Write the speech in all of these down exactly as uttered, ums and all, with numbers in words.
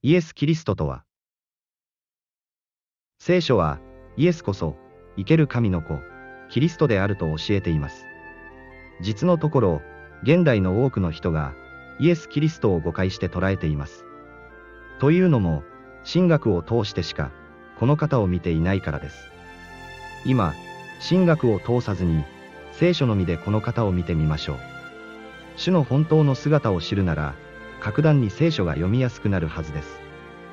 イエス・キリストとは。聖書は、イエスこそ、生ける神の子、キリストであると教えています。実のところ、現代の多くの人が、イエス・キリストを誤解して捉えています。というのも、神学を通してしか、この方を見ていないからです。今、神学を通さずに、聖書のみでこの方を見てみましょう。主の本当の姿を知るなら、格段に聖書が読みやすくなるはずです。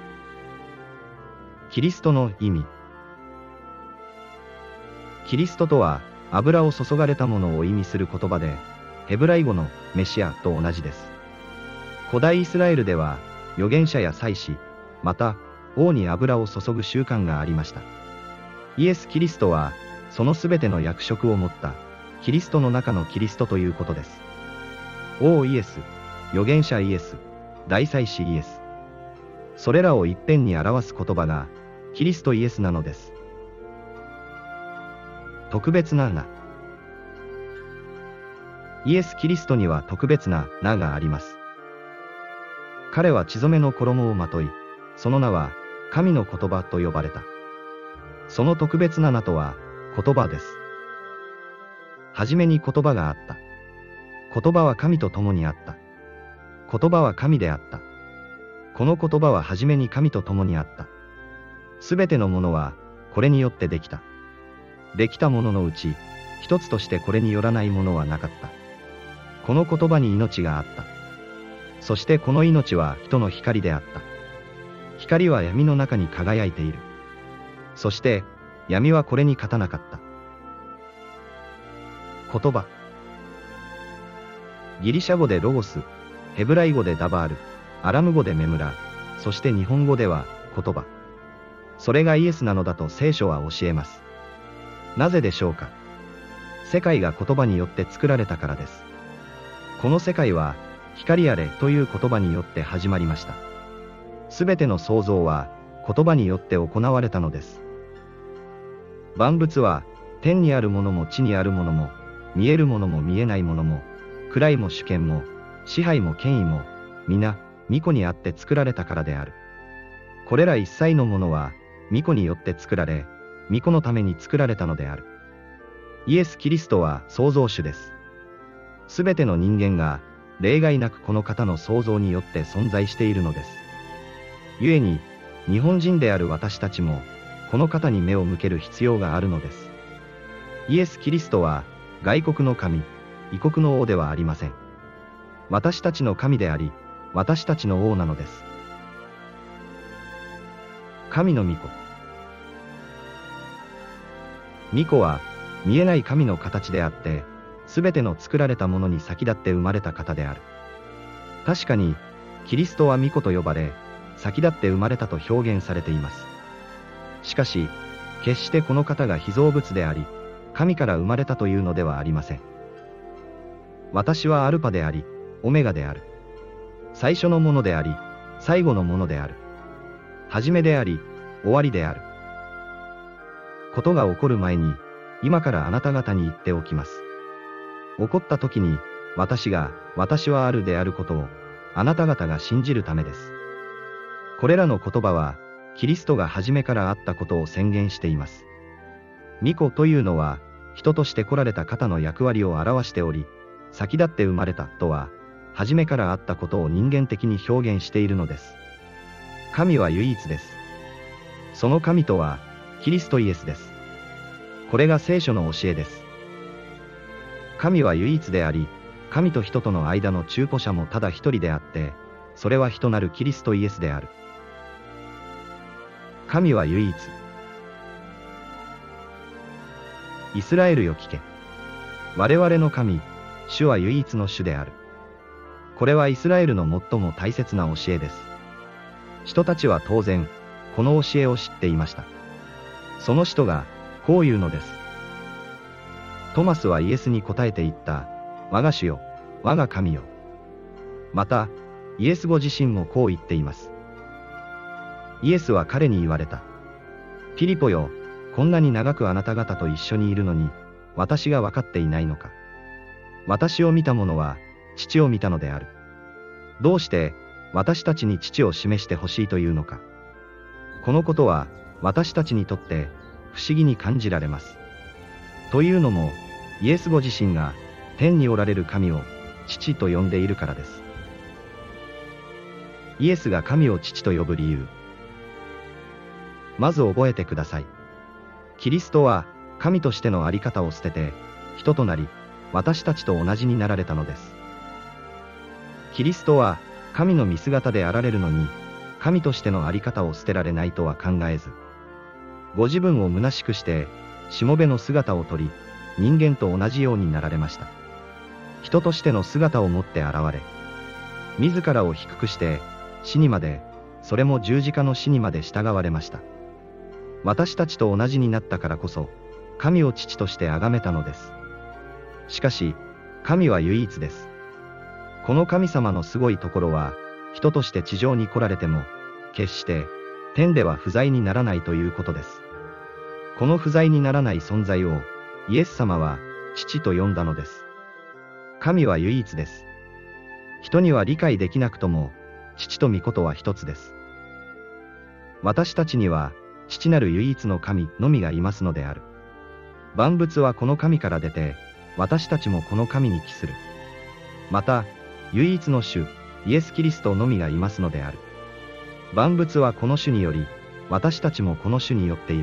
キリストの意味。キリストとは、油を注がれたものを意味する言葉で、ヘブライ語のメシアと同じです。古代イスラエルでは、預言者や祭司、また、王に油を注ぐ習慣がありました。イエス・キリストは、そのすべての役職を持った、キリストの中のキリストということです。王イエス、預言者イエス、大祭司イエス。それらをいっぺんに表す言葉が、キリストイエスなのです。特別な名。イエス・キリストには特別な名があります。彼は血染めの衣をまとい、その名は神の言葉と呼ばれた。その特別な名とは言葉です。はじめに言葉があった。言葉は神と共にあった。言葉は神であった。この言葉ははじめに神と共にあった。すべてのものはこれによってできた。できたもののうち、一つとしてこれによらないものはなかった。この言葉に命があった。そしてこの命は人の光であった。光は闇の中に輝いている。そして闇はこれに勝たなかった。言葉。ギリシャ語でロゴス、ヘブライ語でダバール、アラム語でメムラ、そして日本語では言葉。それがイエスなのだと聖書は教えます。なぜでしょうか。世界が言葉によって作られたからです。この世界は光あれという言葉によって始まりました。すべての創造は言葉によって行われたのです。万物は天にあるものも地にあるものも見えるものも見えないものも位も主権も支配も権威も皆御子にあって作られたからである。これら一切のものは御子によって作られ御子のために作られたのである。イエス・キリストは創造主です。すべての人間が例外なくこの方の創造によって存在しているのです。故に日本人である私たちもこの方に目を向ける必要があるのです。イエス・キリストは外国の神、異国の王ではありません。私たちの神であり、私たちの王なのです。神の御子。御子は見えない神の形であって、すべての作られたものに先立って生まれた方である。確かに、キリストは御子と呼ばれ、先立って生まれたと表現されています。しかし、決してこの方が被造物であり、神から生まれたというのではありません。私はアルパであり、オメガである。最初のものであり、最後のものである。初めであり、終わりである。ことが起こる前に、今からあなた方に言っておきます。起こった時に、私が、私はあるであることを、あなた方が信じるためです。これらの言葉は、キリストが初めからあったことを宣言しています。御子というのは、人として来られた方の役割を表しており、先立って生まれたとは、初めからあったことを人間的に表現しているのです。神は唯一です。その神とは、キリストイエスです。これが聖書の教えです。神は唯一であり、神と人との間の中保者もただ一人であって、それは人なるキリストイエスである。神は唯一。イスラエルよ聞け。我々の神、主は唯一の主である。これはイスラエルの最も大切な教えです。人たちは当然、この教えを知っていました。その人が、こう言うのです。トマスはイエスに答えて言った。我が主よ、我が神よ。また、イエスご自身もこう言っています。イエスは彼に言われた。ピリポよ、こんなに長くあなた方と一緒にいるのに、私が分かっていないのか。私を見た者は、父を見たのである。どうして、 私たちに父を示してほしいというのか。このことは私たちにとって不思議に感じられます。というのも、イエスご自身が天におられる神を父と呼んでいるからです。イエスが神を父と呼ぶ理由。まず覚えてください。キリストは神としてのあり方を捨てて人となり、私たちと同じになられたのです。キリストは神の見姿であられるのに、神としてのあり方を捨てられないとは考えず、ご自分を虚しくしてしもべの姿をとり、人間と同じようになられました。人としての姿を持って現れ、自らを低くして死にまで、それも十字架の死にまで従われました。私たちと同じになったからこそ、神を父として崇めたのです。しかし、神は唯一です。この神様のすごいところは、人として地上に来られても、決して天では不在にならないということです。この不在にならない存在を、イエス様は父と呼んだのです。神は唯一です。人には理解できなくとも、父と御子とは一つです。私たちには、父なる唯一の神のみがいますのである。万物はこの神から出て、私たちもこの神に帰する。また、唯一の主、イエス・キリストのみがいますのである。万物はこの主により、私たちもこの主によっている。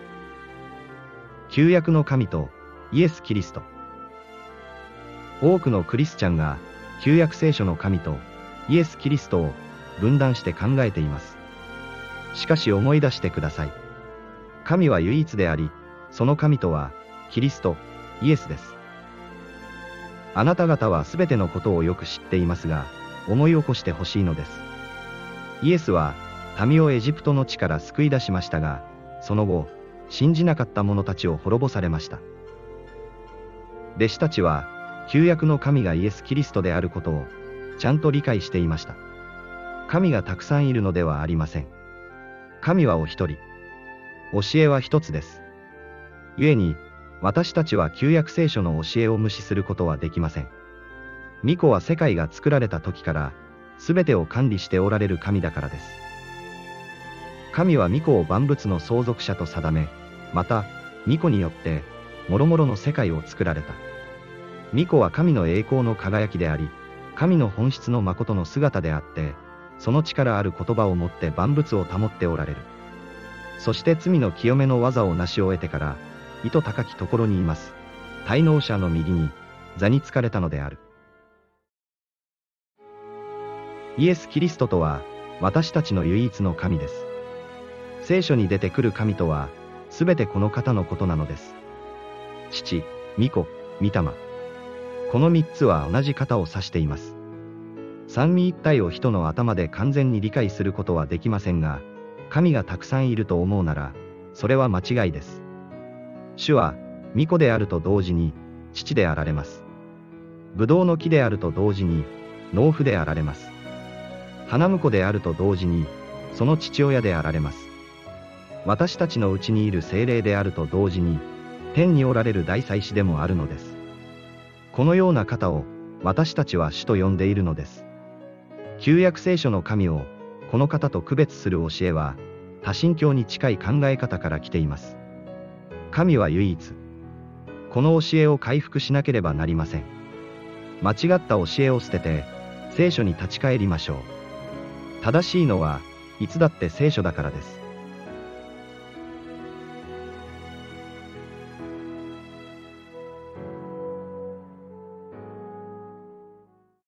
旧約の神とイエス・キリスト。多くのクリスチャンが旧約聖書の神とイエス・キリストを分断して考えています。しかし思い出してください。神は唯一であり、その神とはキリスト、イエスです。あなた方はすべてのことをよく知っていますが、思い起こしてほしいのです。イエスは民をエジプトの地から救い出しましたが、その後、信じなかった者たちを滅ぼされました。弟子たちは、旧約の神がイエス・キリストであることを、ちゃんと理解していました。神がたくさんいるのではありません。神はお一人。教えは一つです。故に、私たちは旧約聖書の教えを無視することはできません。御子は世界が作られた時から、すべてを管理しておられる神だからです。神は御子を万物の相続者と定め、また、御子によって、諸々の世界を作られた。御子は神の栄光の輝きであり、神の本質の誠の姿であって、その力ある言葉をもって万物を保っておられる。そして罪の清めの技を成し終えてから、意図高きところにいます。滞納者の右に、座につかれたのである。イエス・キリストとは、私たちの唯一の神です。聖書に出てくる神とは、すべてこの方のことなのです。父、御子、御霊。この三つは同じ方を指しています。三位一体を人の頭で完全に理解することはできませんが、神がたくさんいると思うなら、それは間違いです。主は、御子であると同時に、父であられます。ブドウの木であると同時に、農夫であられます。花婿であると同時に、その父親であられます。私たちのうちにいる聖霊であると同時に、天におられる大祭司でもあるのです。このような方を、私たちは主と呼んでいるのです。旧約聖書の神を、この方と区別する教えは、多神教に近い考え方から来ています。神は唯一。この教えを回復しなければなりません。間違った教えを捨てて、聖書に立ち返りましょう。正しいのは、いつだって聖書だからです。